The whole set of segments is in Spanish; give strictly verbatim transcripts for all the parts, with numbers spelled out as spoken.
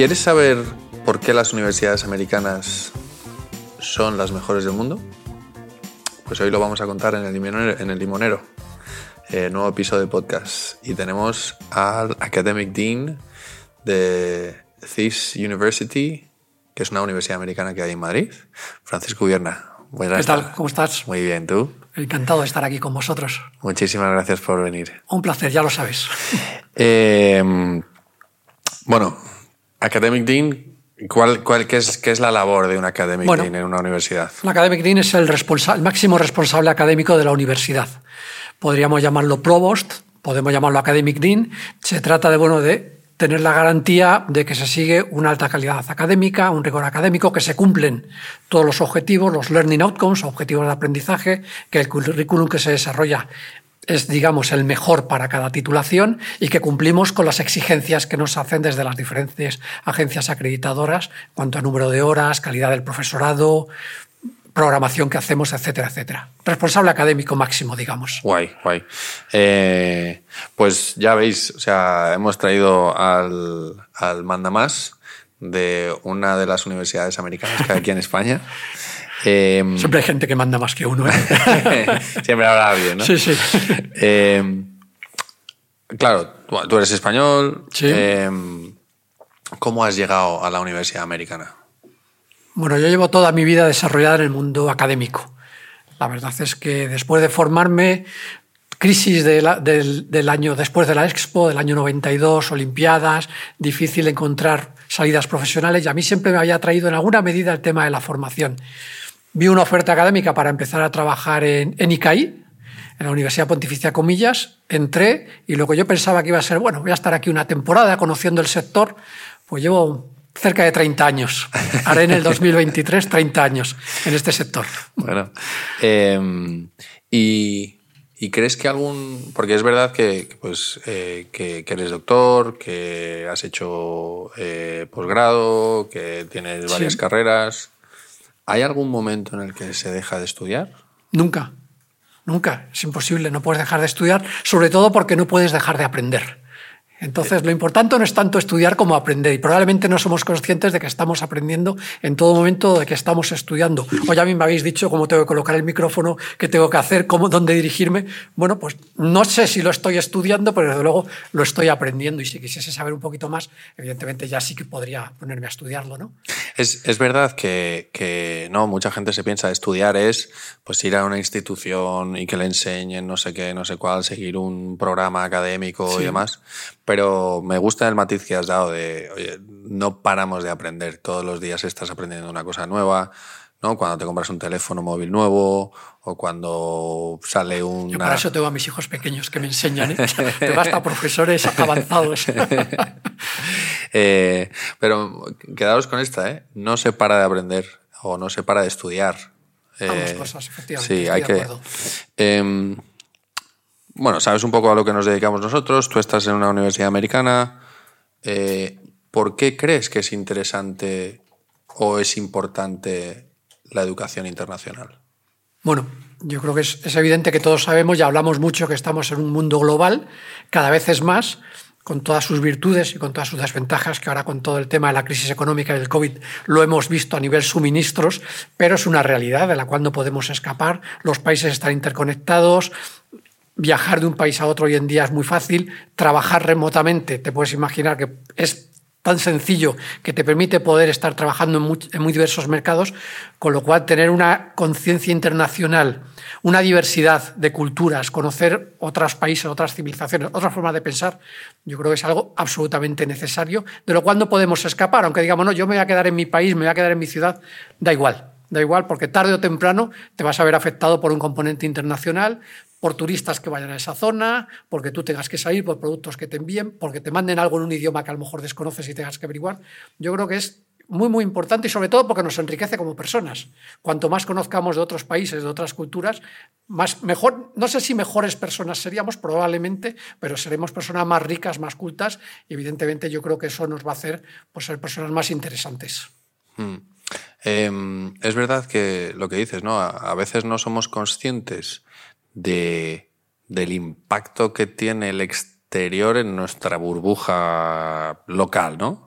¿Quieres saber por qué las universidades americanas son las mejores del mundo? Pues hoy lo vamos a contar en el Limonero, en el Limonero eh, nuevo episodio de podcast. Y tenemos al Academic Dean de Thies University, que es una universidad americana que hay en Madrid, Francisco Vierna. Buenas ¿Qué tal? ¿Cómo estás? Muy bien, ¿tú? Encantado de estar aquí con vosotros. Muchísimas gracias por venir. Un placer, ya lo sabes. Eh, bueno, Academic Dean, ¿cuál, cuál, qué, es, ¿qué es la labor de un Academic bueno, Dean en una universidad? El Academic Dean es el, responsa- el máximo responsable académico de la universidad. Podríamos llamarlo Provost, podemos llamarlo Academic Dean. Se trata de, bueno, de tener la garantía de que se sigue una alta calidad académica, un rigor académico, que se cumplen todos los objetivos, los learning outcomes, objetivos de aprendizaje, que el currículum que se desarrolla es, digamos, el mejor para cada titulación y que cumplimos con las exigencias que nos hacen desde las diferentes agencias acreditadoras en cuanto a número de horas, calidad del profesorado, programación que hacemos, etcétera, etcétera. Responsable académico máximo, digamos. Guay, guay. Eh, pues ya veis, o sea, hemos traído al, al mandamás de una de las universidades americanas que hay aquí en España. Eh, Siempre hay gente que manda más que uno, ¿eh? Siempre habrá alguien, ¿no? Sí, sí. Eh, claro, tú eres español. Sí. Eh, ¿Cómo has llegado a la universidad americana? Bueno, yo llevo toda mi vida desarrollada en el mundo académico. La verdad es que después de formarme, crisis de la, del, del año, después de la Expo, del año noventa y dos, Olimpiadas, difícil encontrar salidas profesionales y a mí siempre me había atraído en alguna medida el tema de la formación. Vi una oferta académica para empezar a trabajar en, en I C A I, en la Universidad Pontificia Comillas, entré y lo que yo pensaba que iba a ser, bueno, voy a estar aquí una temporada conociendo el sector, pues llevo cerca de treinta años. Haré en el dos mil veintitrés treinta años en este sector. Bueno, eh, y, y crees que algún... Porque es verdad que, pues, eh, que, que eres doctor, que has hecho eh, posgrado, que tienes varias Sí. carreras. ¿Hay algún momento en el que se deja de estudiar? Nunca, nunca. Es imposible, no puedes dejar de estudiar, sobre todo porque no puedes dejar de aprender. Entonces, lo importante no es tanto estudiar como aprender y probablemente no somos conscientes de que estamos aprendiendo en todo momento, de que estamos estudiando. Hoy a mí me habéis dicho cómo tengo que colocar el micrófono, qué tengo que hacer, cómo, dónde dirigirme. Bueno, pues no sé si lo estoy estudiando, pero desde luego lo estoy aprendiendo y si quisiese saber un poquito más, evidentemente ya sí que podría ponerme a estudiarlo, ¿no? Es, es verdad que, que no, mucha gente se piensa estudiar es pues ir a una institución y que le enseñen no sé qué, no sé cuál, seguir un programa académico Sí. y demás. Pero me gusta el matiz que has dado de, oye, no paramos de aprender. Todos los días estás aprendiendo una cosa nueva, ¿no? Cuando te compras un teléfono móvil nuevo o cuando sale una... Yo para eso tengo a mis hijos pequeños que me enseñan, ¿eh? Tengo hasta profesores avanzados. eh, pero quedaros con esta, ¿eh? No se para de aprender o no se para de estudiar. Ambas Eh, cosas, efectivamente. sí, estoy hay de que... acuerdo. Eh, bueno, sabes un poco a lo que nos dedicamos nosotros. Tú estás en una universidad americana. Eh, ¿Por qué crees que es interesante o es importante la educación internacional? Bueno, yo creo que es, es evidente que todos sabemos y hablamos mucho que estamos en un mundo global, cada vez es más, con todas sus virtudes y con todas sus desventajas, que ahora con todo el tema de la crisis económica y del COVID lo hemos visto a nivel suministros, pero es una realidad de la cual no podemos escapar. Los países están interconectados. Viajar de un país a otro hoy en día es muy fácil. Trabajar remotamente, te puedes imaginar que es tan sencillo que te permite poder estar trabajando en muy, en muy diversos mercados, con lo cual tener una conciencia internacional, una diversidad de culturas, conocer otros países, otras civilizaciones, otras formas de pensar, yo creo que es algo absolutamente necesario, de lo cual no podemos escapar, aunque digamos, no, yo me voy a quedar en mi país, me voy a quedar en mi ciudad, da igual. Da igual, porque tarde o temprano te vas a ver afectado por un componente internacional, por turistas que vayan a esa zona, porque tú tengas que salir, por productos que te envíen, porque te manden algo en un idioma que a lo mejor desconoces y tengas que averiguar. Yo creo que es muy, muy importante y sobre todo porque nos enriquece como personas. Cuanto más conozcamos de otros países, de otras culturas, más, mejor, no sé si mejores personas seríamos, probablemente, pero seremos personas más ricas, más cultas y evidentemente yo creo que eso nos va a hacer pues, ser personas más interesantes. Hmm. Eh, es verdad que lo que dices, ¿no? A, a veces no somos conscientes de, del impacto que tiene el exterior en nuestra burbuja local, ¿no?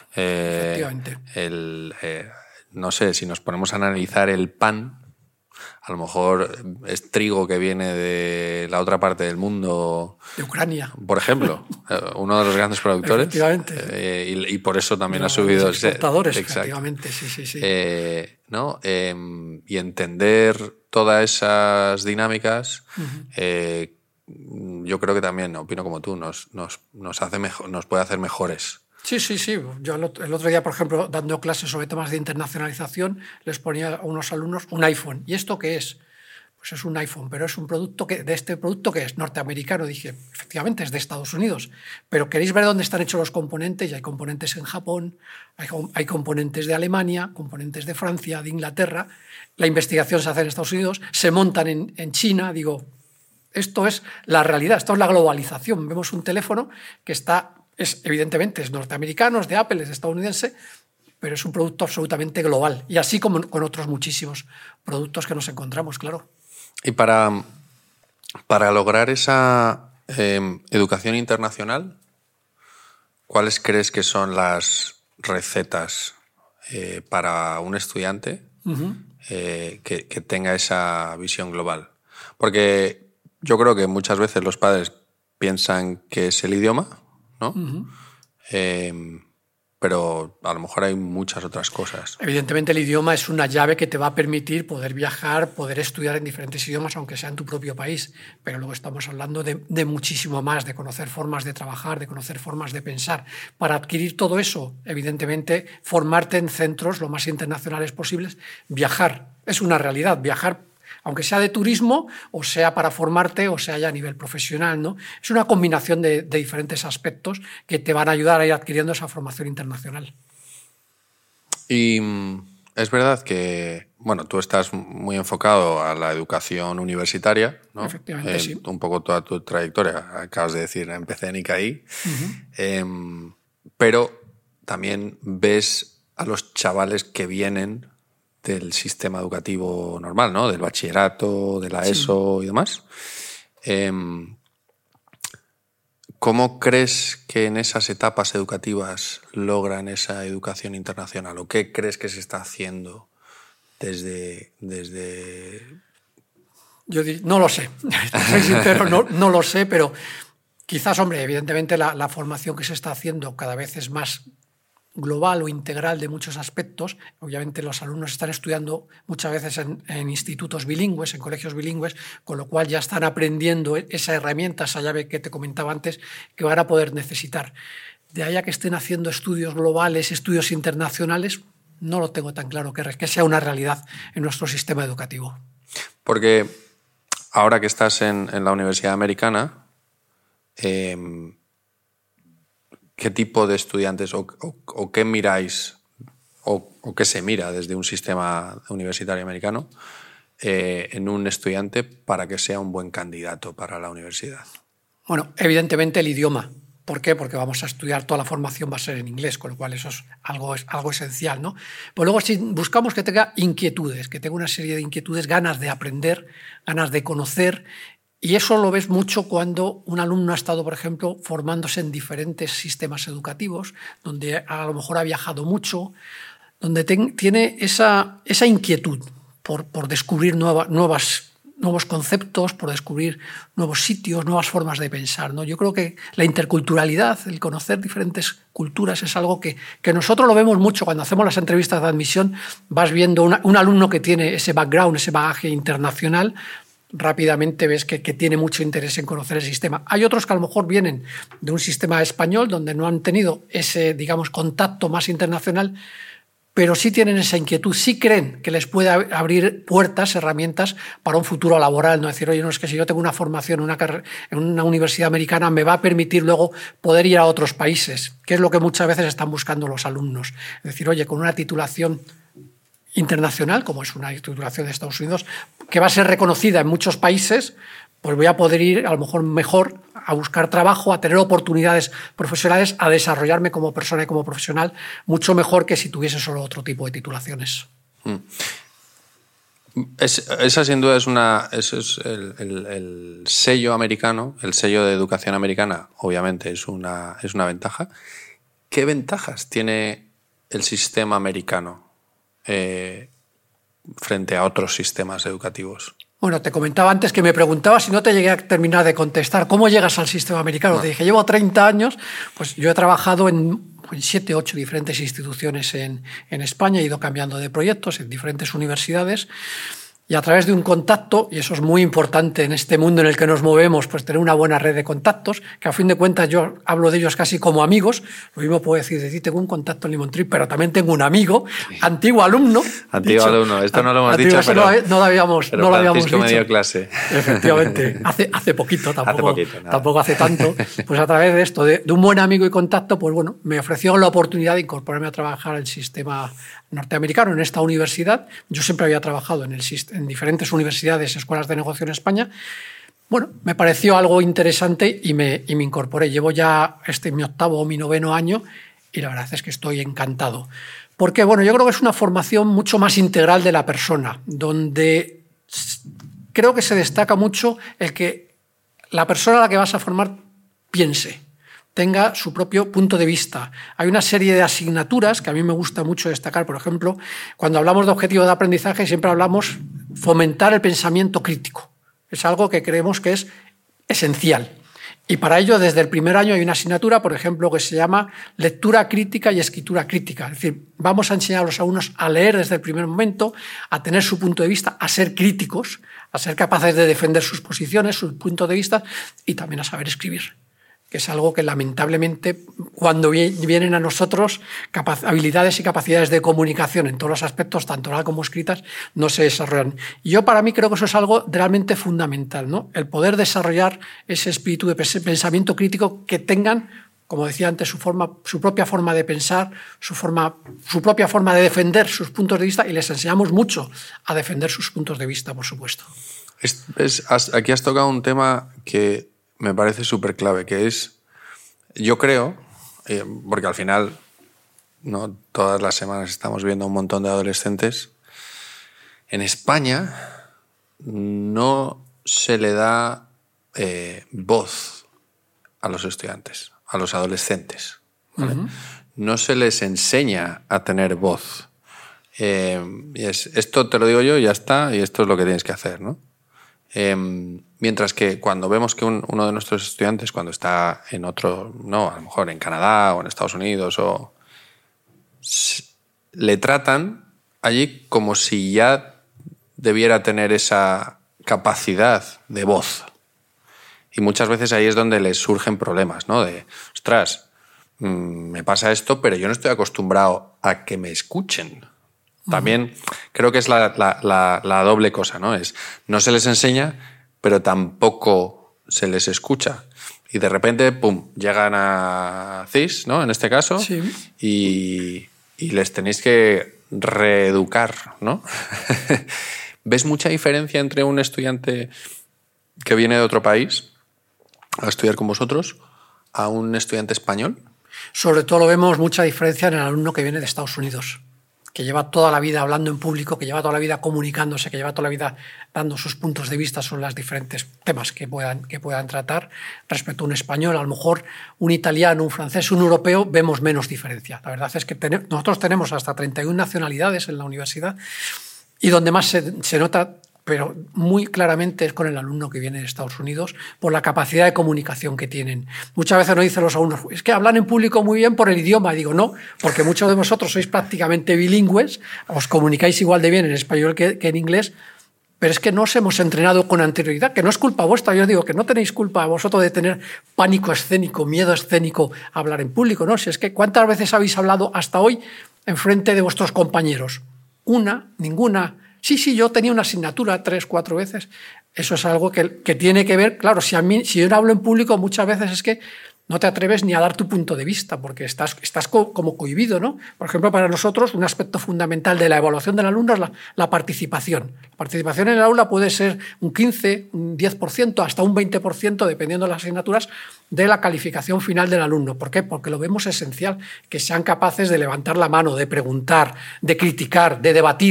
Eh, Efectivamente. El, eh, no sé, si nos ponemos a analizar el pan, a lo mejor es trigo que viene de la otra parte del mundo. De Ucrania. Por ejemplo, uno de los grandes productores. Efectivamente. Eh, y, y por eso también De ha subido. los exportadores, Exacto. efectivamente, sí, sí, sí. Eh, ¿no? Eh, y entender todas esas dinámicas, uh-huh. eh, yo creo que también, opino como tú, nos, nos, nos, hace mejor, nos puede hacer mejores. Sí, sí, sí. Yo el otro día, por ejemplo, dando clases sobre temas de internacionalización, les ponía a unos alumnos un iPhone. ¿Y esto qué es? Pues es un iPhone, pero es un producto que, de este producto que es norteamericano. Dije, efectivamente, es de Estados Unidos. Pero ¿queréis ver dónde están hechos los componentes? Y hay componentes en Japón, hay, hay componentes de Alemania, componentes de Francia, de Inglaterra. La investigación se hace en Estados Unidos, se montan en, en China. Digo, esto es la realidad, esto es la globalización. Vemos un teléfono que está... Es, evidentemente es norteamericano, es de Apple, es estadounidense, pero es un producto absolutamente global. Y así como con otros muchísimos productos que nos encontramos, claro. Y para, para lograr esa eh, educación internacional, ¿cuáles crees que son las recetas eh, para un estudiante uh-huh. eh, que, que tenga esa visión global? Porque yo creo que muchas veces los padres piensan que es el idioma, ¿no? Uh-huh. Eh, pero a lo mejor hay muchas otras cosas. Evidentemente el idioma es una llave que te va a permitir poder viajar, poder estudiar en diferentes idiomas, aunque sea en tu propio país. Pero luego estamos hablando de, de muchísimo más, de conocer formas de trabajar, de conocer formas de pensar. Para adquirir todo eso, evidentemente, formarte en centros lo más internacionales posibles, viajar. Es una realidad, viajar, aunque sea de turismo, o sea para formarte, o sea ya a nivel profesional, ¿no? Es una combinación de, de diferentes aspectos que te van a ayudar a ir adquiriendo esa formación internacional. Y es verdad que, bueno, tú estás muy enfocado a la educación universitaria, ¿no? Efectivamente, eh, sí. Un poco toda tu trayectoria, acabas de decir, empecé en I C A I, uh-huh. eh, pero también ves a los chavales que vienen del sistema educativo normal, ¿no? Del bachillerato, de la sí. ESO y demás. Eh, ¿Cómo crees que en esas etapas educativas logran esa educación internacional? ¿O qué crees que se está haciendo desde...? desde... Yo dir, no lo sé, soy sincero, no, no lo sé, pero quizás, hombre, evidentemente la, la formación que se está haciendo cada vez es más global o integral de muchos aspectos. Obviamente los alumnos están estudiando muchas veces en, en institutos bilingües, en colegios bilingües, con lo cual ya están aprendiendo esa herramienta, esa llave que te comentaba antes, que van a poder necesitar. De ahí a que estén haciendo estudios globales, estudios internacionales, no lo tengo tan claro que, que sea una realidad en nuestro sistema educativo. Porque ahora que estás en, en la Universidad Americana, eh, ¿qué tipo de estudiantes o, o, o qué miráis o, o qué se mira desde un sistema universitario americano eh, en un estudiante para que sea un buen candidato para la universidad? Bueno, evidentemente el idioma. ¿Por qué? Porque vamos a estudiar, toda la formación va a ser en inglés, con lo cual eso es algo, es algo esencial, ¿no? Pero luego si buscamos que tenga inquietudes, que tenga una serie de inquietudes, ganas de aprender, ganas de conocer. Y eso lo ves mucho cuando un alumno ha estado, por ejemplo, formándose en diferentes sistemas educativos, donde a lo mejor ha viajado mucho, donde ten, tiene esa, esa inquietud por, por descubrir nueva, nuevas, nuevos conceptos, por descubrir nuevos sitios, nuevas formas de pensar, ¿no? Yo creo que la interculturalidad, el conocer diferentes culturas, es algo que, que nosotros lo vemos mucho cuando hacemos las entrevistas de admisión. Vas viendo una, un alumno que tiene ese background, ese bagaje internacional, rápidamente ves que, que tiene mucho interés en conocer el sistema. Hay otros que a lo mejor vienen de un sistema español donde no han tenido ese, digamos, contacto más internacional, pero sí tienen esa inquietud, sí creen que les puede abrir puertas, herramientas para un futuro laboral. No decir, oye, no, es que si yo tengo una formación en una, carrera, en una universidad americana me va a permitir luego poder ir a otros países, que es lo que muchas veces están buscando los alumnos. Es decir, oye, con una titulación internacional, como es una titulación de Estados Unidos, que va a ser reconocida en muchos países, pues voy a poder ir a lo mejor mejor a buscar trabajo, a tener oportunidades profesionales, a desarrollarme como persona y como profesional mucho mejor que si tuviese solo otro tipo de titulaciones. Mm. Es, esa sin duda es una eso es el, el, el sello americano, el sello de educación americana, obviamente es una, es una ventaja. ¿qué ventajas tiene el sistema americano eh, frente a otros sistemas educativos? Bueno, te comentaba antes que me preguntabas si no te llegué a terminar de contestar. ¿Cómo llegas al sistema americano? No. Te dije, llevo treinta años, pues yo he trabajado en, en siete, ocho diferentes instituciones en, en España, he ido cambiando de proyectos en diferentes universidades. Y a través de un contacto, y eso es muy importante en este mundo en el que nos movemos, pues tener una buena red de contactos, que a fin de cuentas yo hablo de ellos casi como amigos. Lo mismo puedo decir de ti, tengo un contacto en Limón Tree, pero también tengo un amigo, sí. antiguo alumno. Antiguo dicho, alumno, esto no lo hemos antiguo, dicho, pero, no, no lo habíamos, pero no lo habíamos dicho. me dio clase. Efectivamente, hace, hace poquito, tampoco hace, poquito, tampoco hace tanto. Pues a través de esto, de, de un buen amigo y contacto, pues bueno, me ofreció la oportunidad de incorporarme a trabajar el sistema norteamericano en esta universidad. Yo siempre había trabajado en, el, en diferentes universidades, escuelas de negocio en España. Bueno, me pareció algo interesante y me, y me incorporé. Llevo ya este mi octavo o mi noveno año y la verdad es que estoy encantado. Porque bueno, yo creo que es una formación mucho más integral de la persona, donde creo que se destaca mucho el que la persona a la que vas a formar piense, tenga su propio punto de vista. Hay una serie de asignaturas que a mí me gusta mucho destacar. Por ejemplo, cuando hablamos de objetivo de aprendizaje siempre hablamos fomentar el pensamiento crítico. Es algo que creemos que es esencial. Y para ello, desde el primer año hay una asignatura, por ejemplo, que se llama lectura crítica y escritura crítica. Es decir, vamos a enseñar a los alumnos a leer desde el primer momento, a tener su punto de vista, a ser críticos, a ser capaces de defender sus posiciones, sus puntos de vista y también a saber escribir, que es algo que lamentablemente cuando vienen a nosotros habilidades y capacidades de comunicación en todos los aspectos, tanto oral como escritas, no se desarrollan. Y yo para mí creo que eso es algo realmente fundamental, ¿no? El poder desarrollar ese espíritu de pensamiento crítico, que tengan, como decía antes, su, forma, su propia forma de pensar, su, forma, su propia forma de defender sus puntos de vista, y les enseñamos mucho a defender sus puntos de vista, por supuesto. Es, es, has, aquí has tocado un tema que me parece súper clave, que es, yo creo, eh, porque al final, ¿no?, todas las semanas estamos viendo a un montón de adolescentes, en España no se le da eh, voz a los estudiantes, a los adolescentes, ¿vale? Uh-huh. No se les enseña a tener voz. Eh, y es, esto te lo digo yo y ya está, y esto es lo que tienes que hacer, ¿no? Eh, mientras que cuando vemos que un, uno de nuestros estudiantes, cuando está en otro, no, a lo mejor en Canadá o en Estados Unidos, o le tratan allí como si ya debiera tener esa capacidad de voz. Y muchas veces ahí es donde les surgen problemas, ¿no? De, ostras, mmm, me pasa esto, pero yo no estoy acostumbrado a que me escuchen. También creo que es la, la, la, la doble cosa, ¿no? Es, no se les enseña, pero tampoco se les escucha. Y de repente, pum, llegan a C I S, ¿no?, en este caso, sí. y, y les tenéis que reeducar, ¿no? ¿Ves mucha diferencia entre un estudiante que viene de otro país a estudiar con vosotros a un estudiante español? Sobre todo lo vemos mucha diferencia en el alumno que viene de Estados Unidos, que lleva toda la vida hablando en público, que lleva toda la vida comunicándose, que lleva toda la vida dando sus puntos de vista sobre los diferentes temas que puedan, que puedan tratar, respecto a un español. A lo mejor un italiano, un francés, un europeo, vemos menos diferencia. La verdad es que ten, nosotros tenemos hasta treinta y una nacionalidades en la universidad, y donde más se, se nota, pero muy claramente, es con el alumno que viene de Estados Unidos, por la capacidad de comunicación que tienen. Muchas veces nos dicen los alumnos, es que hablan en público muy bien por el idioma. Y digo, no, porque muchos de vosotros sois prácticamente bilingües, os comunicáis igual de bien en español que, que en inglés, pero es que no os hemos entrenado con anterioridad, que no es culpa vuestra. Yo digo que no tenéis culpa vosotros de tener pánico escénico, miedo escénico a hablar en público, ¿no? Si es que ¿cuántas veces habéis hablado hasta hoy en frente de vuestros compañeros? Una, ninguna. Sí, sí, yo tenía una asignatura tres, cuatro veces. Eso es algo que, que tiene que ver, claro, si, a mí, si yo no hablo en público muchas veces es que no te atreves ni a dar tu punto de vista, porque estás, estás co, como cohibido, ¿no? Por ejemplo, para nosotros un aspecto fundamental de la evaluación del alumno es la, la participación. La participación en el aula puede ser un quince, un diez por ciento, hasta un veinte por ciento, dependiendo de las asignaturas, de la calificación final del alumno. ¿Por qué? Porque lo vemos esencial, que sean capaces de levantar la mano, de preguntar, de criticar, de debatir.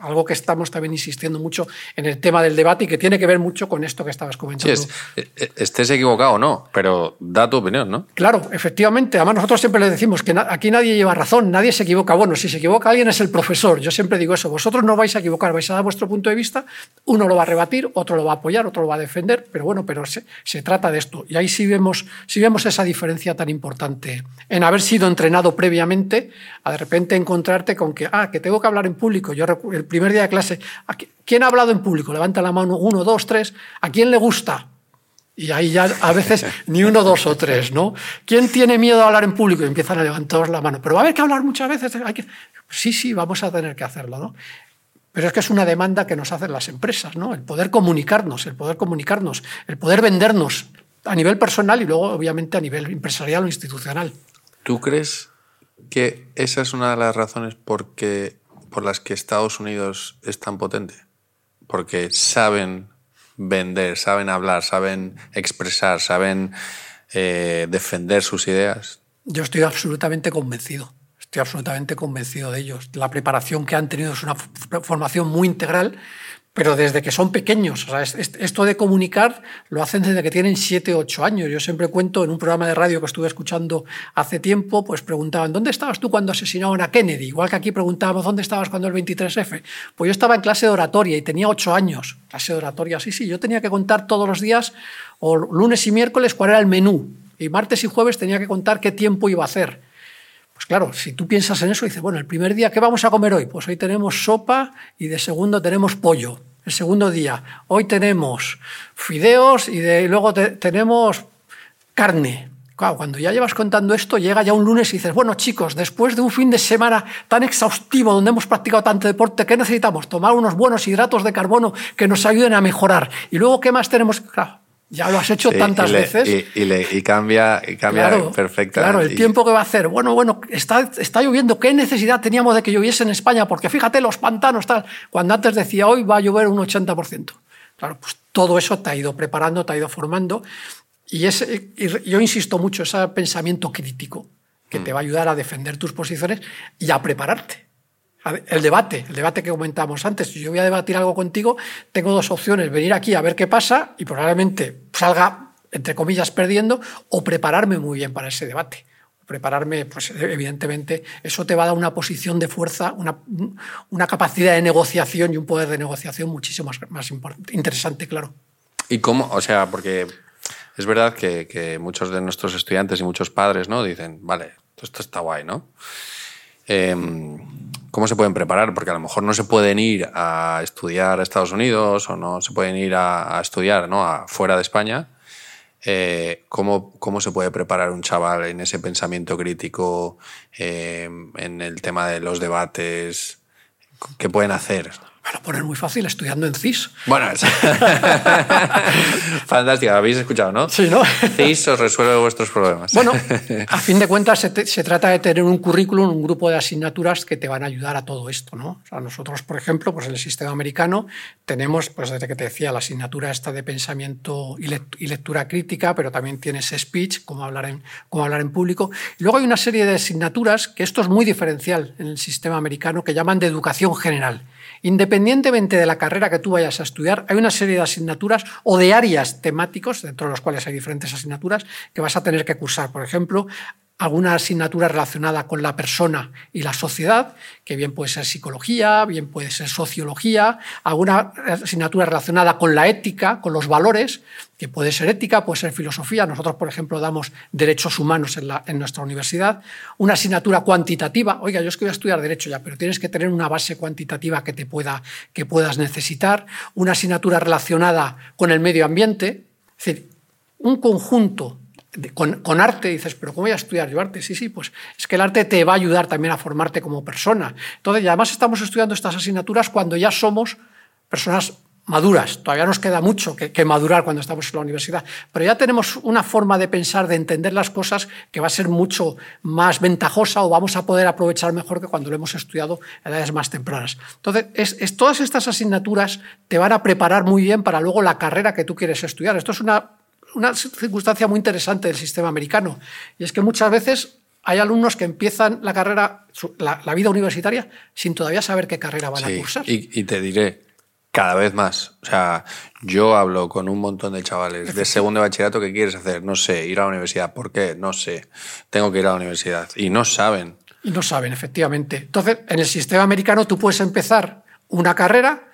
algo que estamos también insistiendo mucho en el tema del debate y que tiene que ver mucho con esto que estabas comentando. Sí, es, estés equivocado o no, pero da tu opinión, ¿no? Claro, efectivamente. Además, nosotros siempre le decimos que na- aquí nadie lleva razón, nadie se equivoca. Bueno, si se equivoca alguien es el profesor. Yo siempre digo eso. Vosotros no vais a equivocar, vais a dar vuestro punto de vista, uno lo va a rebatir, otro lo va a apoyar, otro lo va a defender, pero bueno, pero se, se trata de esto. Y ahí sí vemos, sí vemos esa diferencia tan importante en haber sido entrenado previamente, a de repente encontrarte con que, ah, que tengo que hablar en público. Yo recu- el primer día de clase, ¿quién ha hablado en público? Levanta la mano, uno, dos, tres. ¿A quién le gusta? Y ahí ya a veces ni uno, dos o tres, ¿no? ¿Quién tiene miedo a hablar en público? Y empiezan a levantaros la mano. Pero va a haber que hablar muchas veces. Hay que... Sí, sí, vamos a tener que hacerlo, ¿no? Pero es que es una demanda que nos hacen las empresas, ¿no? El poder comunicarnos, el poder comunicarnos, el poder vendernos a nivel personal y luego, obviamente, a nivel empresarial o institucional. ¿Tú crees que esa es una de las razones por, que, por las que Estados Unidos es tan potente? Porque saben vender, saben hablar, saben expresar, saben eh, defender sus ideas. Yo estoy absolutamente convencido, estoy absolutamente convencido de ellos. La preparación que han tenido es una formación muy integral, pero desde que son pequeños. O sea, esto de comunicar lo hacen desde que tienen siete o ocho años. Yo siempre cuento en un programa de radio que estuve escuchando hace tiempo, pues preguntaban, ¿dónde estabas tú cuando asesinaron a Kennedy? Igual que aquí preguntábamos, ¿dónde estabas cuando el veintitrés efe? Pues yo estaba en clase de oratoria y tenía ocho años. Clase de oratoria, sí, sí. Yo tenía que contar todos los días, o lunes y miércoles, cuál era el menú. Y martes y jueves tenía que contar qué tiempo iba a hacer. Pues claro, si tú piensas en eso, dices, bueno, el primer día, ¿qué vamos a comer hoy? Pues hoy tenemos sopa y de segundo tenemos pollo. El segundo día, hoy tenemos fideos y, de, y luego te, tenemos carne. Claro, cuando ya llevas contando esto, llega ya un lunes y dices, bueno, chicos, después de un fin de semana tan exhaustivo donde hemos practicado tanto deporte, ¿qué necesitamos? Tomar unos buenos hidratos de carbono que nos ayuden a mejorar. Y luego, ¿qué más tenemos? Claro, ya lo has hecho sí, tantas y le, veces. Y, y, le, y cambia, y cambia claro, perfectamente. Claro, el y... tiempo que va a hacer. Bueno, bueno, está, está lloviendo. ¿Qué necesidad teníamos de que lloviese en España? Porque fíjate, los pantanos, tal. Cuando antes decía, hoy va a llover un ochenta por ciento. Claro, pues todo eso te ha ido preparando, te ha ido formando. Y, es, y yo insisto mucho, ese pensamiento crítico que mm. te va a ayudar a defender tus posiciones y a prepararte. El debate, el debate que comentamos antes. Si yo voy a debatir algo contigo, tengo dos opciones: venir aquí a ver qué pasa y probablemente salga, entre comillas, perdiendo, o prepararme muy bien para ese debate. Prepararme, pues evidentemente, eso te va a dar una posición de fuerza, una, una capacidad de negociación y un poder de negociación muchísimo más, más interesante, claro. ¿Y cómo? O sea, porque es verdad que, que muchos de nuestros estudiantes y muchos padres, ¿no?, dicen, vale, esto está guay, ¿no? Eh, ¿Cómo se pueden preparar? Porque a lo mejor no se pueden ir a estudiar a Estados Unidos o no se pueden ir a, a estudiar, ¿no?, a, fuera de España. Eh, ¿cómo, ¿Cómo se puede preparar un chaval en ese pensamiento crítico, eh, en el tema de los debates? ¿Qué pueden hacer? Para poner muy fácil, estudiando en C I S. Bueno, es... fantástico, habéis escuchado, ¿no? Sí, ¿no? C I S os resuelve vuestros problemas. Bueno, a fin de cuentas se, te, se trata de tener un currículum, un grupo de asignaturas que te van a ayudar a todo esto, ¿no? O sea, nosotros, por ejemplo, pues en el sistema americano tenemos, pues desde que te decía, la asignatura esta de pensamiento y, lect y lectura crítica, pero también tienes speech, cómo hablar, en, cómo hablar en público. Y luego hay una serie de asignaturas, que esto es muy diferencial en el sistema americano, que llaman de educación general. Independientemente de la carrera que tú vayas a estudiar, hay una serie de asignaturas o de áreas temáticos, dentro de los cuales hay diferentes asignaturas, que vas a tener que cursar. Por ejemplo, alguna asignatura relacionada con la persona y la sociedad, que bien puede ser psicología, bien puede ser sociología, alguna asignatura relacionada con la ética, con los valores, que puede ser ética, puede ser filosofía. Nosotros, por ejemplo, damos derechos humanos en, la, en nuestra universidad. Una asignatura cuantitativa. Oiga, yo es que voy a estudiar derecho ya, pero tienes que tener una base cuantitativa que, te pueda, que puedas necesitar. Una asignatura relacionada con el medio ambiente. Es decir, un conjunto Con, con arte. Dices, ¿pero cómo voy a estudiar yo arte? Sí, sí, pues es que el arte te va a ayudar también a formarte como persona. Entonces, y además estamos estudiando estas asignaturas cuando ya somos personas maduras. Todavía nos queda mucho que, que madurar cuando estamos en la universidad, pero ya tenemos una forma de pensar, de entender las cosas que va a ser mucho más ventajosa, o vamos a poder aprovechar mejor que cuando lo hemos estudiado a edades más tempranas. Entonces, es, es, todas estas asignaturas te van a preparar muy bien para luego la carrera que tú quieres estudiar. Esto es una... una circunstancia muy interesante del sistema americano, y es que muchas veces hay alumnos que empiezan la carrera, la, la vida universitaria, sin todavía saber qué carrera van sí, a cursar. Y, y te diré, cada vez más. O sea, yo hablo con un montón de chavales de segundo de bachillerato que quieres hacer, no sé, ir a la universidad. ¿Por qué? No sé. Tengo que ir a la universidad. Y no saben. Y no saben, efectivamente. Entonces, en el sistema americano tú puedes empezar una carrera,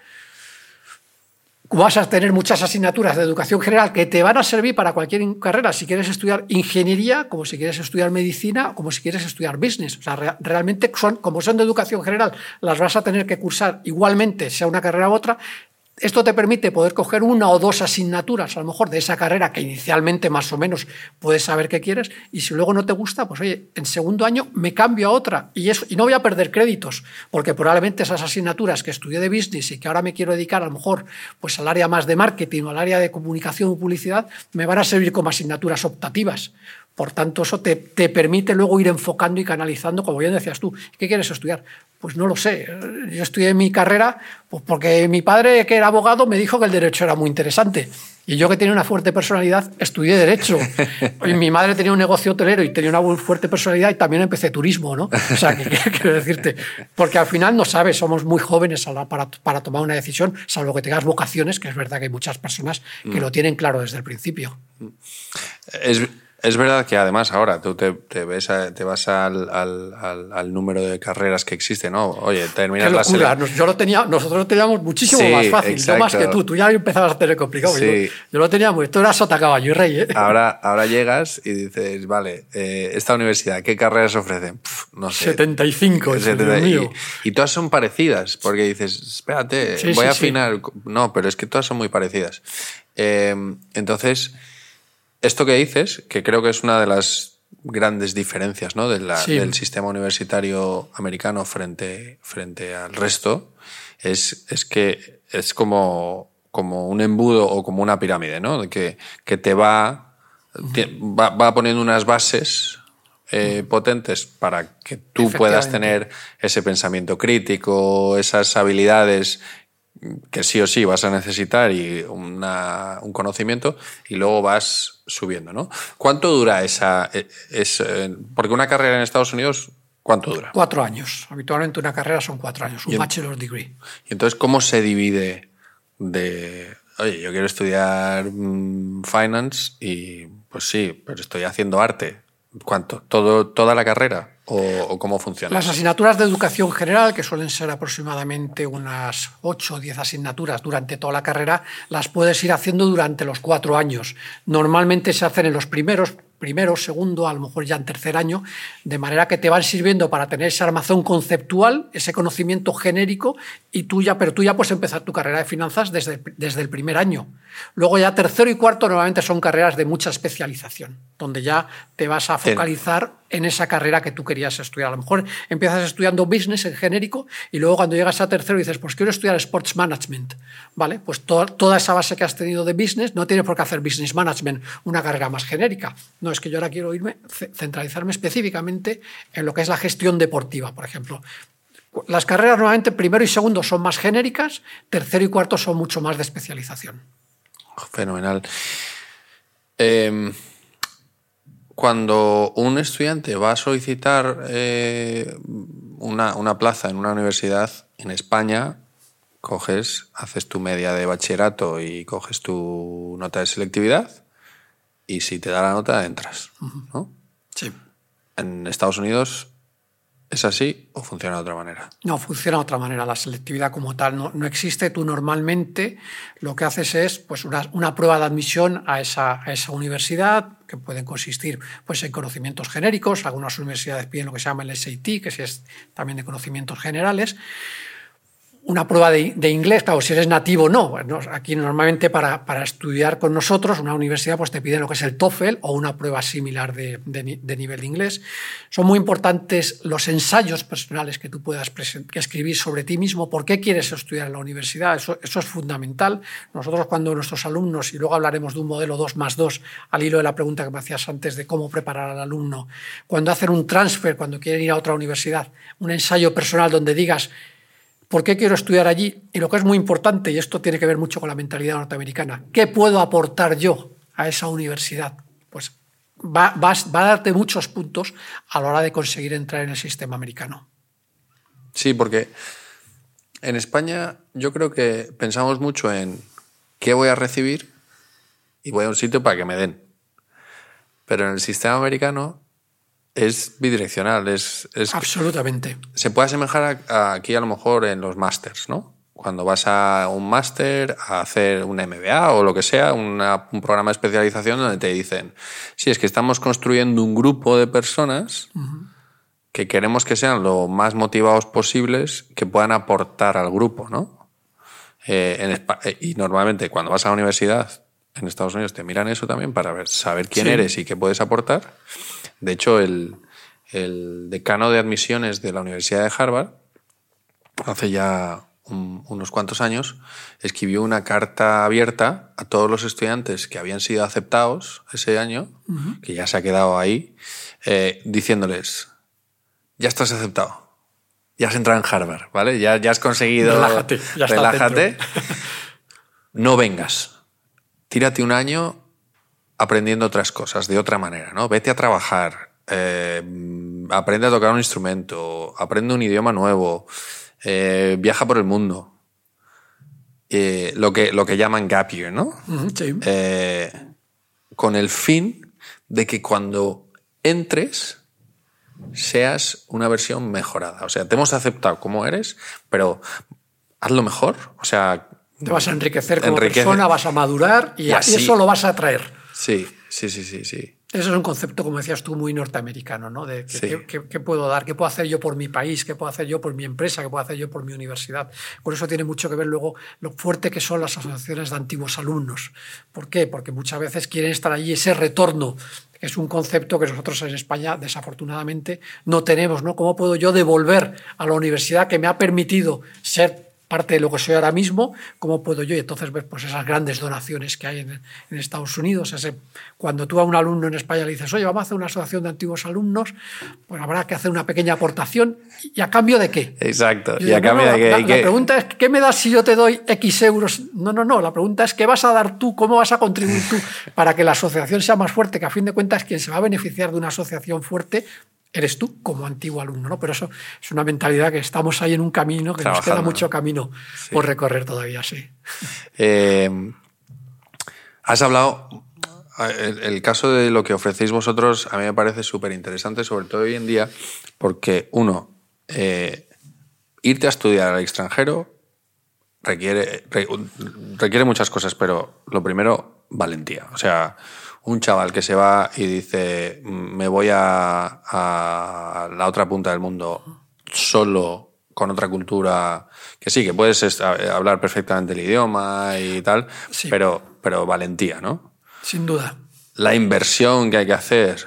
vas a tener muchas asignaturas de educación general que te van a servir para cualquier carrera, si quieres estudiar ingeniería, como si quieres estudiar medicina, como si quieres estudiar business. O sea, re realmente, son, como son de educación general, las vas a tener que cursar igualmente, sea una carrera u otra. Esto te permite poder coger una o dos asignaturas, a lo mejor, de esa carrera que inicialmente más o menos puedes saber qué quieres, y si luego no te gusta, pues oye, en segundo año me cambio a otra y, eso, y no voy a perder créditos, porque probablemente esas asignaturas que estudié de business y que ahora me quiero dedicar a lo mejor pues al área más de marketing o al área de comunicación o publicidad, me van a servir como asignaturas optativas. Por tanto, eso te, te permite luego ir enfocando y canalizando, como bien decías tú. ¿Qué quieres estudiar? Pues no lo sé. Yo estudié mi carrera pues porque mi padre, que era abogado, me dijo que el derecho era muy interesante. Y yo, que tenía una fuerte personalidad, estudié derecho. Y mi madre tenía un negocio hotelero y tenía una muy fuerte personalidad, y también empecé turismo, ¿no? O sea, que, que quiero decirte, porque al final no sabes, somos muy jóvenes para, para tomar una decisión, salvo que tengas vocaciones, que es verdad que hay muchas personas que mm. lo tienen claro desde el principio. Es... Es verdad que además ahora tú te, te, ves a, te vas al, al, al, al número de carreras que existen, ¿no? Oye, terminas la selección. Yo lo tenía, nosotros lo teníamos muchísimo sí, más fácil, exacto. Yo más que tú. Tú ya empezabas a tener complicado. Sí. Yo, yo lo tenía muy... Esto era sota, caballo y rey, ¿eh? Ahora, ahora llegas y dices, vale, eh, esta universidad, ¿qué carreras ofrecen? Pff, no sé. setenta y cinco, setenta, Dios mío. Y, y todas son parecidas, porque dices, espérate, sí, voy sí, a afinar. Sí. No, pero es que todas son muy parecidas. Eh, entonces... Esto que dices, que creo que es una de las grandes diferencias, ¿no? de la, sí. del sistema universitario americano frente, frente al resto, es, es que es como, como un embudo o como una pirámide, ¿no? De que, que te va, te, va, va poniendo unas bases eh, potentes para que tú puedas tener ese pensamiento crítico, esas habilidades que sí o sí vas a necesitar y una, un conocimiento, y luego vas subiendo, ¿no? ¿Cuánto dura esa...? Es, porque una carrera en Estados Unidos, ¿cuánto dura? Cuatro años. Habitualmente una carrera son cuatro años, un bachelor's degree. ¿Y entonces cómo se divide de... Oye, yo quiero estudiar mmm, finance y pues sí, pero estoy haciendo arte. ¿Cuánto? ¿Todo, toda la carrera? ¿O, ¿O cómo funciona? Las asignaturas de educación general, que suelen ser aproximadamente unas ocho o diez asignaturas durante toda la carrera, las puedes ir haciendo durante los cuatro años. Normalmente se hacen en los primeros, primero, segundo, a lo mejor ya en tercer año, de manera que te van sirviendo para tener ese armazón conceptual, ese conocimiento genérico, y tú ya, pero tú ya puedes empezar tu carrera de finanzas desde, desde el primer año. Luego ya tercero y cuarto normalmente son carreras de mucha especialización, donde ya te vas a focalizar en esa carrera que tú querías estudiar. A lo mejor empiezas estudiando business en genérico y luego cuando llegas a tercero dices, pues quiero estudiar sports management, ¿vale? Pues to toda esa base que has tenido de business, no tienes por qué hacer business management, una carrera más genérica. No, es que yo ahora quiero irme, centralizarme específicamente en lo que es la gestión deportiva, por ejemplo. Las carreras normalmente primero y segundo son más genéricas, tercero y cuarto son mucho más de especialización. Fenomenal. Eh... Cuando un estudiante va a solicitar eh, una, una plaza en una universidad en España, coges, haces tu media de bachillerato y coges tu nota de selectividad, y si te da la nota, entras, ¿no? Sí. En Estados Unidos, ¿es así o funciona de otra manera? No, funciona de otra manera. La selectividad como tal no, no existe. Tú normalmente lo que haces es pues, una, una prueba de admisión a esa, a esa universidad, que pueden consistir pues, en conocimientos genéricos. Algunas universidades piden lo que se llama el S A T, que es también de conocimientos generales. Una prueba de, de inglés, claro, si eres nativo no. Aquí normalmente para, para estudiar con nosotros, una universidad pues te pide lo que es el TOEFL o una prueba similar de, de, de nivel de inglés. Son muy importantes los ensayos personales que tú puedas que escribir sobre ti mismo, por qué quieres estudiar en la universidad, eso, eso es fundamental. Nosotros cuando nuestros alumnos, y luego hablaremos de un modelo dos más dos, al hilo de la pregunta que me hacías antes de cómo preparar al alumno, cuando hacen un transfer, cuando quieren ir a otra universidad, un ensayo personal donde digas ¿por qué quiero estudiar allí? Y lo que es muy importante, y esto tiene que ver mucho con la mentalidad norteamericana, ¿qué puedo aportar yo a esa universidad? Pues va, va, va a darte muchos puntos a la hora de conseguir entrar en el sistema americano. Sí, porque en España yo creo que pensamos mucho en qué voy a recibir y voy a un sitio para que me den. Pero en el sistema americano es bidireccional. Es, es Absolutamente. Se puede asemejar a, a aquí a lo mejor en los másters, ¿no? Cuando vas a un máster a hacer una M B A o lo que sea, una, un programa de especialización donde te dicen, sí, es que estamos construyendo un grupo de personas uh-huh. que queremos que sean lo más motivados posibles, que puedan aportar al grupo, ¿no? Eh, en Espa- y normalmente cuando vas a la universidad en Estados Unidos te miran eso también para ver, saber quién sí. eres y qué puedes aportar. De hecho, el, el decano de admisiones de la Universidad de Harvard, hace ya un, unos cuantos años, escribió una carta abierta a todos los estudiantes que habían sido aceptados ese año, uh-huh. que ya se ha quedado ahí, eh, diciéndoles, ya estás aceptado, ya has entrado en Harvard, ¿vale? Ya, ya has conseguido... Relájate, ya relájate, no vengas, tírate un año aprendiendo otras cosas de otra manera, ¿no? Vete a trabajar, eh, aprende a tocar un instrumento, aprende un idioma nuevo, eh, viaja por el mundo. Eh, lo que, lo que llaman gap year, ¿no? Uh-huh, sí. Eh, con el fin de que cuando entres seas una versión mejorada. O sea, te hemos aceptado como eres, pero hazlo mejor. O sea... Te vas a enriquecer como enriquece. persona, vas a madurar y, y así, eso lo vas a traer. Sí, sí, sí, sí, sí. Eso es un concepto, como decías tú, muy norteamericano, ¿no? De que, sí. ¿qué, qué, qué puedo dar? ¿Qué puedo hacer yo por mi país? ¿Qué puedo hacer yo por mi empresa? ¿Qué puedo hacer yo por mi universidad? Con eso tiene mucho que ver luego lo fuerte que son las asociaciones de antiguos alumnos. ¿Por qué? Porque muchas veces quieren estar allí ese retorno, que es un concepto que nosotros en España desafortunadamente no tenemos, ¿no? ¿Cómo puedo yo devolver a la universidad que me ha permitido ser parte de lo que soy ahora mismo? ¿Cómo puedo yo? Y entonces ver pues esas grandes donaciones que hay en, en Estados Unidos. Ese, cuando tú a un alumno en España le dices, oye, vamos a hacer una asociación de antiguos alumnos, pues habrá que hacer una pequeña aportación. ¿Y a cambio de qué? Exacto. Y, y a no, cambio no, de qué. La, hay la que... pregunta es, ¿qué me das si yo te doy X euros? No, no, no. La pregunta es, ¿qué vas a dar tú? ¿Cómo vas a contribuir tú para que la asociación sea más fuerte? Que a fin de cuentas quien se va a beneficiar de una asociación fuerte eres tú como antiguo alumno, ¿no? Pero eso es una mentalidad que estamos ahí en un camino, que Trabajando. Nos queda mucho camino sí. por recorrer todavía, sí. Eh, has hablado, el, el caso de lo que ofrecéis vosotros a mí me parece súper interesante, sobre todo hoy en día, porque uno, eh, irte a estudiar al extranjero requiere, requiere muchas cosas, pero lo primero, valentía. O sea, un chaval que se va y dice me voy a, a la otra punta del mundo solo, con otra cultura, que sí, que puedes hablar perfectamente el idioma y tal, sí. pero, pero valentía, ¿no? Sin duda. La inversión que hay que hacer.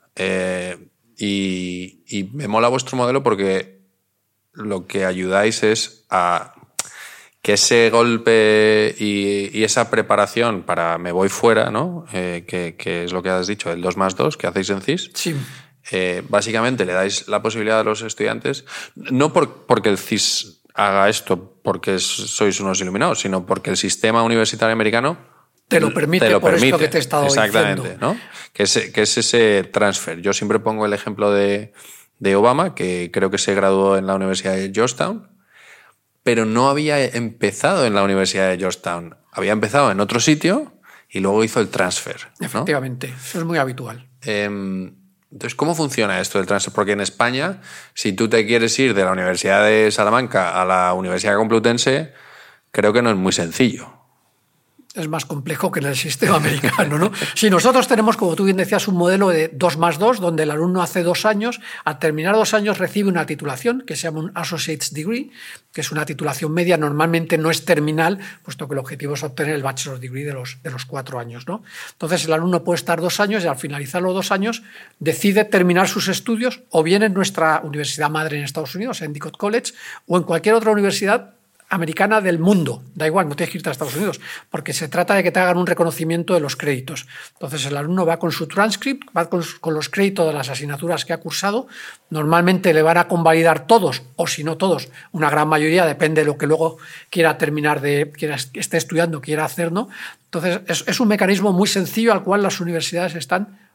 Eh, y, y me mola vuestro modelo porque lo que ayudáis es a que ese golpe y, y esa preparación para me voy fuera, ¿no? Eh, que, que es lo que has dicho, el dos más dos que hacéis en C I S. Sí. Eh, básicamente le dais la posibilidad a los estudiantes, no por, porque el C I S haga esto porque sois unos iluminados, sino porque el sistema universitario americano te lo permite, te lo por permite. Esto que te he estado Exactamente, diciendo. ¿no? Que es, que es ese transfer. Yo siempre pongo el ejemplo de, de Obama, que creo que se graduó en la Universidad de Georgetown, pero no había empezado en la Universidad de Georgetown. Había empezado en otro sitio y luego hizo el transfer, ¿no? Efectivamente, eso es muy habitual. Eh, entonces, ¿cómo funciona esto del transfer? Porque en España, si tú te quieres ir de la Universidad de Salamanca a la Universidad Complutense, creo que no es muy sencillo. Es más complejo que en el sistema americano, ¿no? Si nosotros tenemos, como tú bien decías, un modelo de dos más dos, donde el alumno hace dos años, al terminar dos años recibe una titulación que se llama un Associate's Degree, que es una titulación media, normalmente no es terminal, puesto que el objetivo es obtener el Bachelor's Degree de los, de los cuatro años, ¿no? Entonces el alumno puede estar dos años y al finalizar los dos años decide terminar sus estudios o bien en nuestra universidad madre en Estados Unidos, en Endicott College, o en cualquier otra universidad americana del mundo, da igual, no tienes que irte a Estados Unidos, porque se trata de que te hagan un reconocimiento de los créditos. Entonces el alumno va con su transcript, va con, con los créditos de las asignaturas que ha cursado, normalmente le van a convalidar todos, o si no todos, una gran mayoría, depende de lo que luego quiera terminar de, quiera, esté estudiando, quiera hacer, ¿no? Entonces es, es un mecanismo muy sencillo al cual las universidades están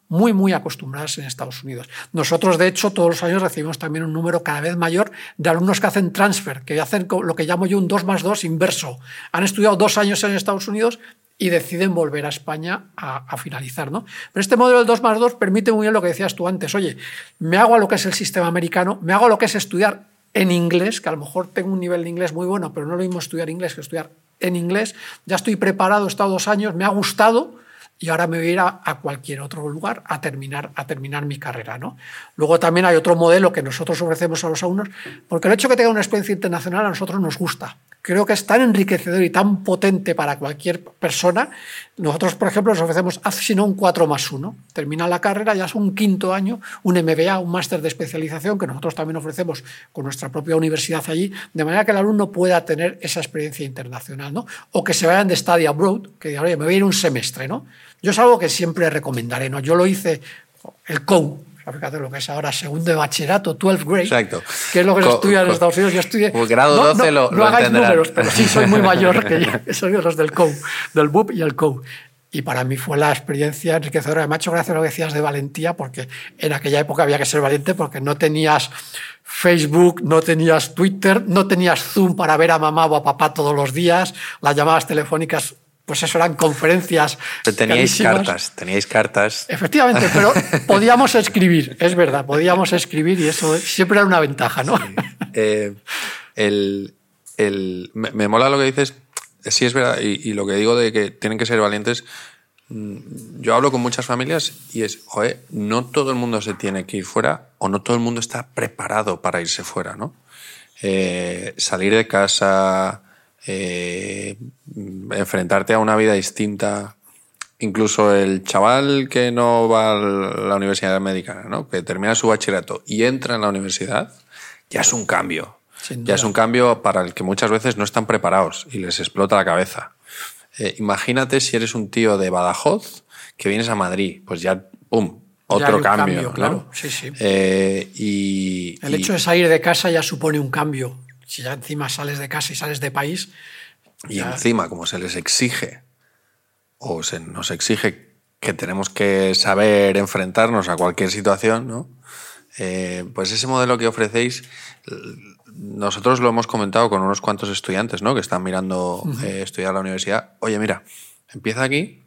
muy, muy acostumbradas en Estados Unidos. Nosotros, de hecho, todos los años recibimos también un número cada vez mayor de alumnos que hacen transfer, que hacen lo que llamo yo un dos más dos inverso. Han estudiado dos años en Estados Unidos y deciden volver a España a, a finalizar, ¿no? Pero este modelo del dos más dos permite muy bien lo que decías tú antes. Oye, me hago a lo que es el sistema americano, me hago a lo que es estudiar en inglés, que a lo mejor tengo un nivel de inglés muy bueno, pero no lo mismo estudiar inglés que estudiar en inglés. Ya estoy preparado, he estado dos años, me ha gustado y ahora me voy a ir a, a cualquier otro lugar a terminar, a terminar mi carrera, ¿no? Luego también hay otro modelo que nosotros ofrecemos a los alumnos, porque el hecho de que tenga una experiencia internacional a nosotros nos gusta. Creo que es tan enriquecedor y tan potente para cualquier persona. Nosotros, por ejemplo, les ofrecemos, haz si no un cuatro más uno. Termina la carrera, ya es un quinto año, un M B A, un máster de especialización, que nosotros también ofrecemos con nuestra propia universidad allí, de manera que el alumno pueda tener esa experiencia internacional, ¿no? O que se vayan de study abroad, que digan, oye, me voy a ir un semestre, ¿no? Yo es algo que siempre recomendaré, ¿no? Yo lo hice, el C O U, fíjate lo que es ahora segundo de bachillerato, twelfth grade, Exacto. que es lo que Co se estudia en co Estados Unidos. Yo estudié... Pues grado no, doce no, lo, no lo hagáis entenderán. números, pero sí soy muy mayor que yo, soy de los del C O U, del B U P y el C O U. Y para mí fue la experiencia enriquecedora. Me ha hecho gracia lo que decías de valentía, porque en aquella época había que ser valiente porque no tenías Facebook, no tenías Twitter, no tenías Zoom para ver a mamá o a papá todos los días, las llamadas telefónicas, pues eso eran conferencias. Pero teníais carísimas. cartas, teníais cartas. Efectivamente, pero podíamos escribir, es verdad, podíamos escribir y eso siempre era una ventaja, ¿no? Sí. Eh, el, el, me, me mola lo que dices, sí es verdad, y, y lo que digo de que tienen que ser valientes. Yo hablo con muchas familias y es, joder, no todo el mundo se tiene que ir fuera o no todo el mundo está preparado para irse fuera, ¿no? Eh, salir de casa, eh, enfrentarte a una vida distinta. Incluso el chaval que no va a la universidad americana, ¿no? Que termina su bachillerato y entra en la universidad, ya es un cambio. Ya es un cambio para el que muchas veces no están preparados y les explota la cabeza. Eh, imagínate si eres un tío de Badajoz que vienes a Madrid, pues ya, ¡pum!, otro ya cambio, cambio, ¿no? Claro, sí, sí. Eh, y, el hecho y, de salir de casa ya supone un cambio. Si ya encima sales de casa y sales de país... Y ya... encima, como se les exige, o se nos exige que tenemos que saber enfrentarnos a cualquier situación, ¿no? Eh, pues ese modelo que ofrecéis, nosotros lo hemos comentado con unos cuantos estudiantes, ¿no? Que están mirando uh-huh. eh, estudiar a la universidad. Oye, mira, empieza aquí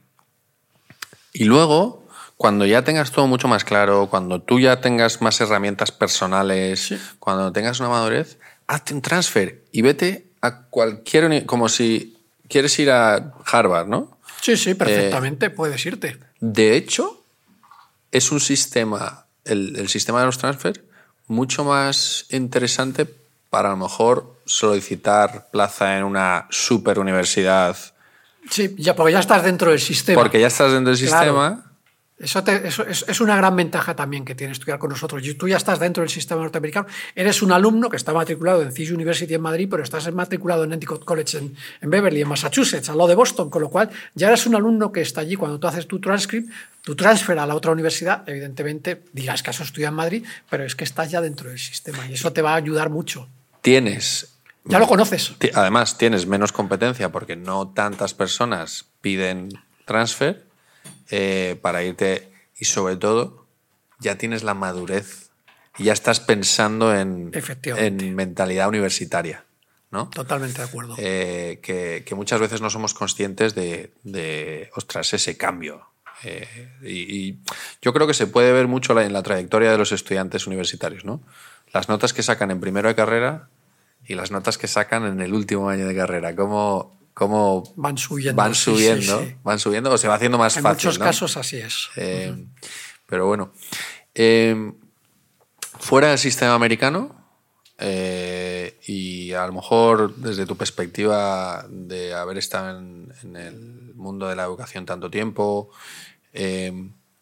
y luego, cuando ya tengas todo mucho más claro, cuando tú ya tengas más herramientas personales, sí. cuando tengas una madurez, hazte un transfer y vete a cualquier... Uni- como si quieres ir a Harvard, ¿no? Sí, sí, perfectamente, eh, puedes irte. De hecho, es un sistema, el, el sistema de los transfer, mucho más interesante para a lo mejor solicitar plaza en una super universidad. Sí, ya, porque ya estás dentro del sistema. Porque ya estás dentro del claro. sistema. Eso, te, eso es, es una gran ventaja también que tiene estudiar con nosotros. Tú ya estás dentro del sistema norteamericano. Eres un alumno que está matriculado en Fisk University en Madrid, pero estás matriculado en Endicott College en, en Beverly, en Massachusetts, al lado de Boston, con lo cual ya eres un alumno que está allí. Cuando tú haces tu transcript, tu transfer a la otra universidad, evidentemente dirás que has estudiado en Madrid, pero es que estás ya dentro del sistema y eso te va a ayudar mucho. Tienes... Ya lo conoces. Además, tienes menos competencia porque no tantas personas piden transfer. Eh, para irte y sobre todo ya tienes la madurez y ya estás pensando en, en mentalidad universitaria, ¿no? Totalmente de acuerdo. Eh, que, que muchas veces no somos conscientes de, de ostras, ese cambio. Eh, y, y yo creo que se puede ver mucho en la trayectoria de los estudiantes universitarios, ¿no? Las notas que sacan en primero de carrera y las notas que sacan en el último año de carrera. Cómo... cómo van subiendo, van subiendo, sí, sí, sí. van subiendo o se va haciendo más en fácil. En muchos ¿no? casos así es. Eh, uh-huh. Pero bueno, eh, fuera del sistema americano eh, y a lo mejor desde tu perspectiva de haber estado en, en el mundo de la educación tanto tiempo, eh,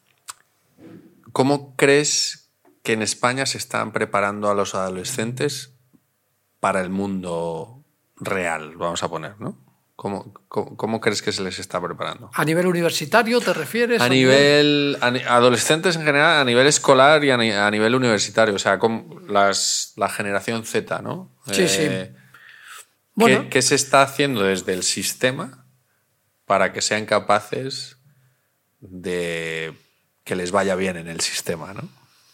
¿cómo crees que en España se están preparando a los adolescentes para el mundo real, vamos a poner, ¿no? ¿Cómo, cómo, ¿Cómo crees que se les está preparando? ¿A nivel universitario te refieres? A, a nivel... A ni, adolescentes en general, a nivel escolar y a, ni, a nivel universitario. O sea, como las, la generación Z, ¿no? Sí, eh, sí. Bueno. ¿qué, ¿Qué se está haciendo desde el sistema para que sean capaces de que les vaya bien en el sistema, ¿no?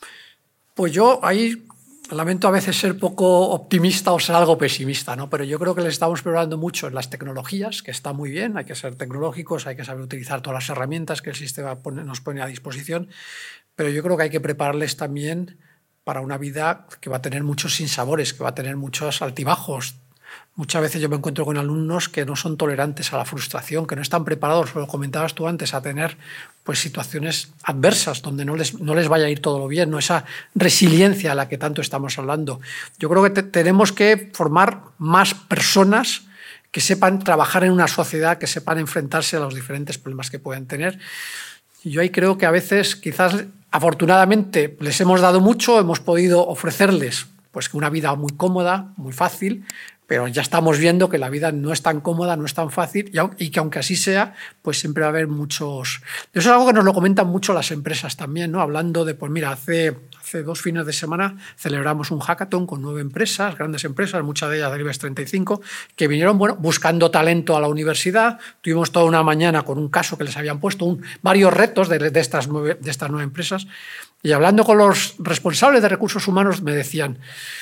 Pues yo ahí lamento a veces ser poco optimista o ser algo pesimista, ¿no? Pero yo creo que les estamos preparando mucho en las tecnologías, que está muy bien, hay que ser tecnológicos, hay que saber utilizar todas las herramientas que el sistema pone, nos pone a disposición, pero yo creo que hay que prepararles también para una vida que va a tener muchos sinsabores, que va a tener muchos altibajos. Muchas veces yo me encuentro con alumnos que no son tolerantes a la frustración, que no están preparados, lo comentabas tú antes, a tener pues, situaciones adversas donde no les, no les vaya a ir todo lo bien, ¿no? Esa resiliencia a la que tanto estamos hablando. Yo creo que te, tenemos que formar más personas que sepan trabajar en una sociedad, que sepan enfrentarse a los diferentes problemas que pueden tener. Y yo ahí creo que a veces, quizás, afortunadamente, les hemos dado mucho, hemos podido ofrecerles pues, una vida muy cómoda, muy fácil, pero ya estamos viendo que la vida no es tan cómoda, no es tan fácil y que aunque así sea, pues siempre va a haber muchos... Eso es algo que nos lo comentan mucho las empresas también, ¿no? Hablando de, pues mira, hace, hace dos fines de semana celebramos un hackathon con nueve empresas, grandes empresas, muchas de ellas del IBEX treinta y cinco, que vinieron, bueno, buscando talento a la universidad. Tuvimos toda una mañana con un caso que les habían puesto, un, varios retos de, de, estas nueve, de estas nueve empresas, y hablando con los responsables de recursos humanos me decían: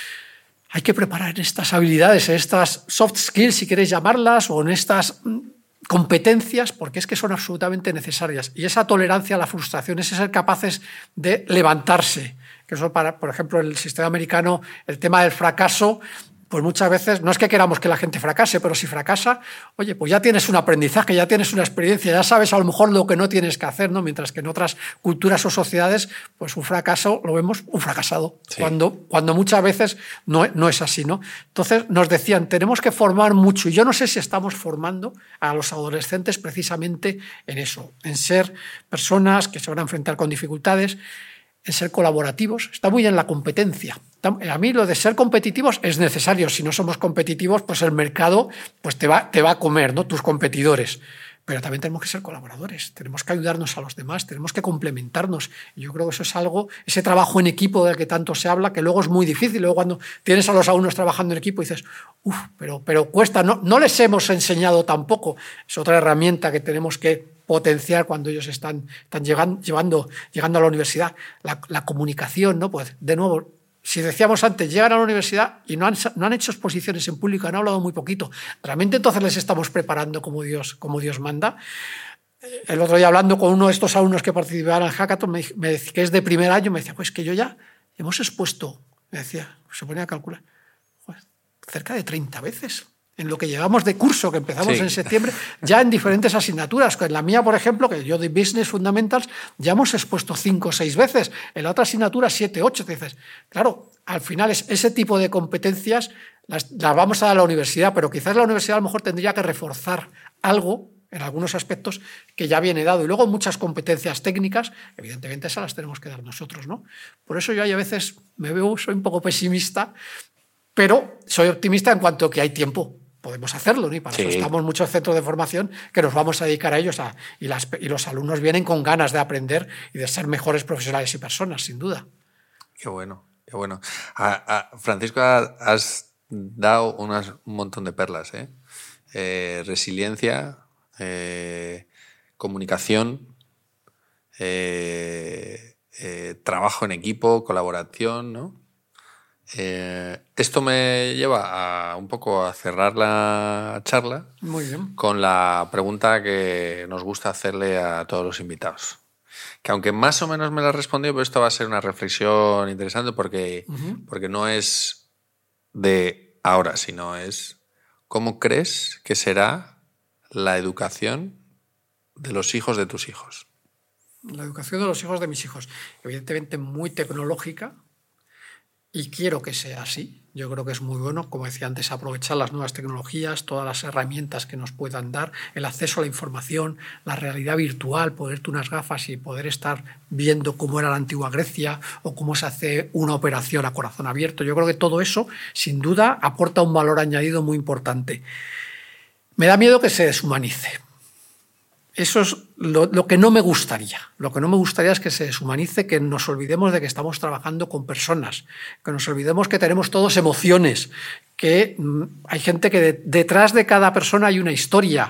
hay que preparar estas habilidades, estas soft skills, si queréis llamarlas, o en estas competencias, porque es que son absolutamente necesarias. Y esa tolerancia a la frustración, ese ser capaces de levantarse. Que eso, para, por ejemplo, en el sistema americano, el tema del fracaso, pues muchas veces, no es que queramos que la gente fracase, pero si fracasa, oye, pues ya tienes un aprendizaje, ya tienes una experiencia, ya sabes a lo mejor lo que no tienes que hacer, ¿no? Mientras que en otras culturas o sociedades, pues un fracaso lo vemos un fracasado, sí. cuando, cuando muchas veces no, no es así, ¿no? Entonces nos decían, tenemos que formar mucho, y yo no sé si estamos formando a los adolescentes precisamente en eso, en ser personas que se van a enfrentar con dificultades, en ser colaborativos. Está muy bien la competencia. A mí lo de ser competitivos es necesario. Si no somos competitivos, pues el mercado pues te va, te va a comer, ¿no? Tus competidores. Pero también tenemos que ser colaboradores, tenemos que ayudarnos a los demás, tenemos que complementarnos. Y yo creo que eso es algo, ese trabajo en equipo del que tanto se habla, que luego es muy difícil. Luego cuando tienes a los alumnos trabajando en equipo dices, uff, pero, pero cuesta, no, no les hemos enseñado tampoco. Es otra herramienta que tenemos que potenciar cuando ellos están, están llegando, llevando, llegando a la universidad. La, la comunicación, ¿no? Pues de nuevo, si decíamos antes, llegan a la universidad y no han, no han hecho exposiciones en público, han hablado muy poquito. ¿Realmente entonces les estamos preparando como Dios, como Dios manda? El otro día, hablando con uno de estos alumnos que participaban en el hackathon, me, me decía, que es de primer año, me decía, pues que yo ya hemos expuesto, me decía, se ponía a calcular, pues, cerca de treinta veces. En lo que llevamos de curso, que empezamos sí. en septiembre, ya en diferentes asignaturas. En la mía, por ejemplo, que yo de Business Fundamentals, ya hemos expuesto cinco o seis veces. En la otra asignatura, siete, ocho. Dices, claro, al final es ese tipo de competencias las, las vamos a dar a la universidad, pero quizás la universidad a lo mejor tendría que reforzar algo en algunos aspectos que ya viene dado. Y luego muchas competencias técnicas, evidentemente esas las tenemos que dar nosotros, ¿no? Por eso yo ahí a veces me veo, soy un poco pesimista, pero soy optimista en cuanto a que hay tiempo. Podemos hacerlo, ¿no? Y para sí. eso estamos muchos centros de formación que nos vamos a dedicar a ellos a, y, las, y los alumnos vienen con ganas de aprender y de ser mejores profesionales y personas, sin duda. Qué bueno, qué bueno. A, a, Francisco, has dado unas, un montón de perlas, ¿eh? Eh, resiliencia, eh, comunicación, eh, eh, trabajo en equipo, colaboración, ¿no? Eh, esto me lleva a un poco a cerrar la charla. Muy bien. Con la pregunta que nos gusta hacerle a todos los invitados, que aunque más o menos me la ha respondido, pero esto va a ser una reflexión interesante porque, uh-huh. porque no es de ahora, sino es ¿cómo crees que será la educación de los hijos de tus hijos? La educación de los hijos de mis hijos, evidentemente muy tecnológica. Y quiero que sea así. Yo creo que es muy bueno, como decía antes, aprovechar las nuevas tecnologías, todas las herramientas que nos puedan dar, el acceso a la información, la realidad virtual, ponerte unas gafas y poder estar viendo cómo era la antigua Grecia o cómo se hace una operación a corazón abierto. Yo creo que todo eso, sin duda, aporta un valor añadido muy importante. Me da miedo que se deshumanice. Eso es lo, lo que no me gustaría. Lo que no me gustaría es que se deshumanice, que nos olvidemos de que estamos trabajando con personas, que nos olvidemos que tenemos todos emociones, que mmm, hay gente que de, detrás de cada persona hay una historia.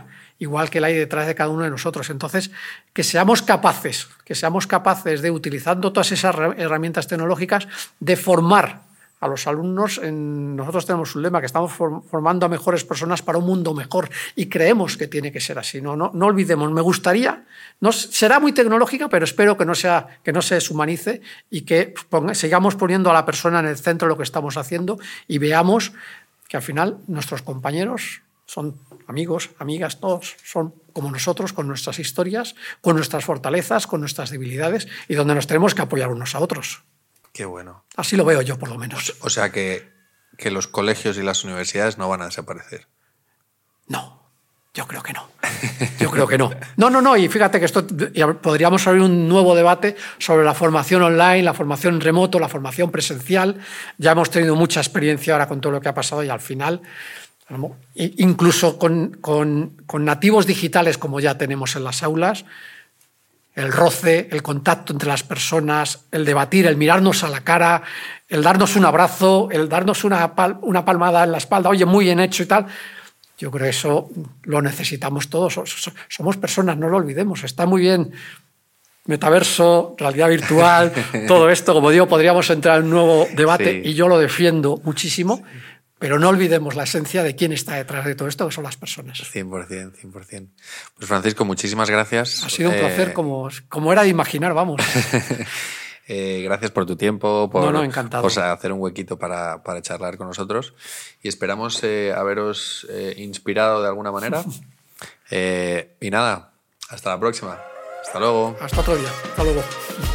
igual que la hay detrás de cada uno de nosotros. Entonces, que seamos capaces, que seamos capaces de, utilizando todas esas herramientas tecnológicas, de formar a los alumnos. En, nosotros tenemos un lema, que estamos formando a mejores personas para un mundo mejor, y creemos que tiene que ser así. No, no, no olvidemos, me gustaría, no, será muy tecnológica, pero espero que no, sea, que no se deshumanice y que ponga, sigamos poniendo a la persona en el centro de lo que estamos haciendo, y veamos que al final nuestros compañeros son amigos, amigas, todos son como nosotros, con nuestras historias, con nuestras fortalezas, con nuestras debilidades, y donde nos tenemos que apoyar unos a otros. Qué bueno. Así lo veo yo, por lo menos. O sea que, que los colegios y las universidades no van a desaparecer. No, yo creo que no. Yo creo que no. No, no, no. Y fíjate que esto podríamos abrir un nuevo debate sobre la formación online, la formación en remoto, la formación presencial. Ya hemos tenido mucha experiencia ahora con todo lo que ha pasado, y al final, incluso con, con, con nativos digitales como ya tenemos en las aulas, el roce, el contacto entre las personas, el debatir, el mirarnos a la cara, el darnos un abrazo, el darnos una, pal una palmada en la espalda, oye, muy bien hecho y tal. Yo creo que eso lo necesitamos todos. Somos personas, no lo olvidemos. Está muy bien metaverso, realidad virtual, todo esto. Como digo, podríamos entrar en un nuevo debate, sí, y yo lo defiendo muchísimo. Sí. Pero no olvidemos la esencia de quién está detrás de todo esto, que son las personas. cien por cien, cien por cien. Pues Francisco, muchísimas gracias. Ha sido un placer, eh... como, como era de imaginar, vamos. eh, gracias por tu tiempo, por, no, no, encantado. por hacer un huequito para, para charlar con nosotros. Y esperamos eh, haberos eh, inspirado de alguna manera. eh, y nada, hasta la próxima. Hasta luego. Hasta otro día. Hasta luego.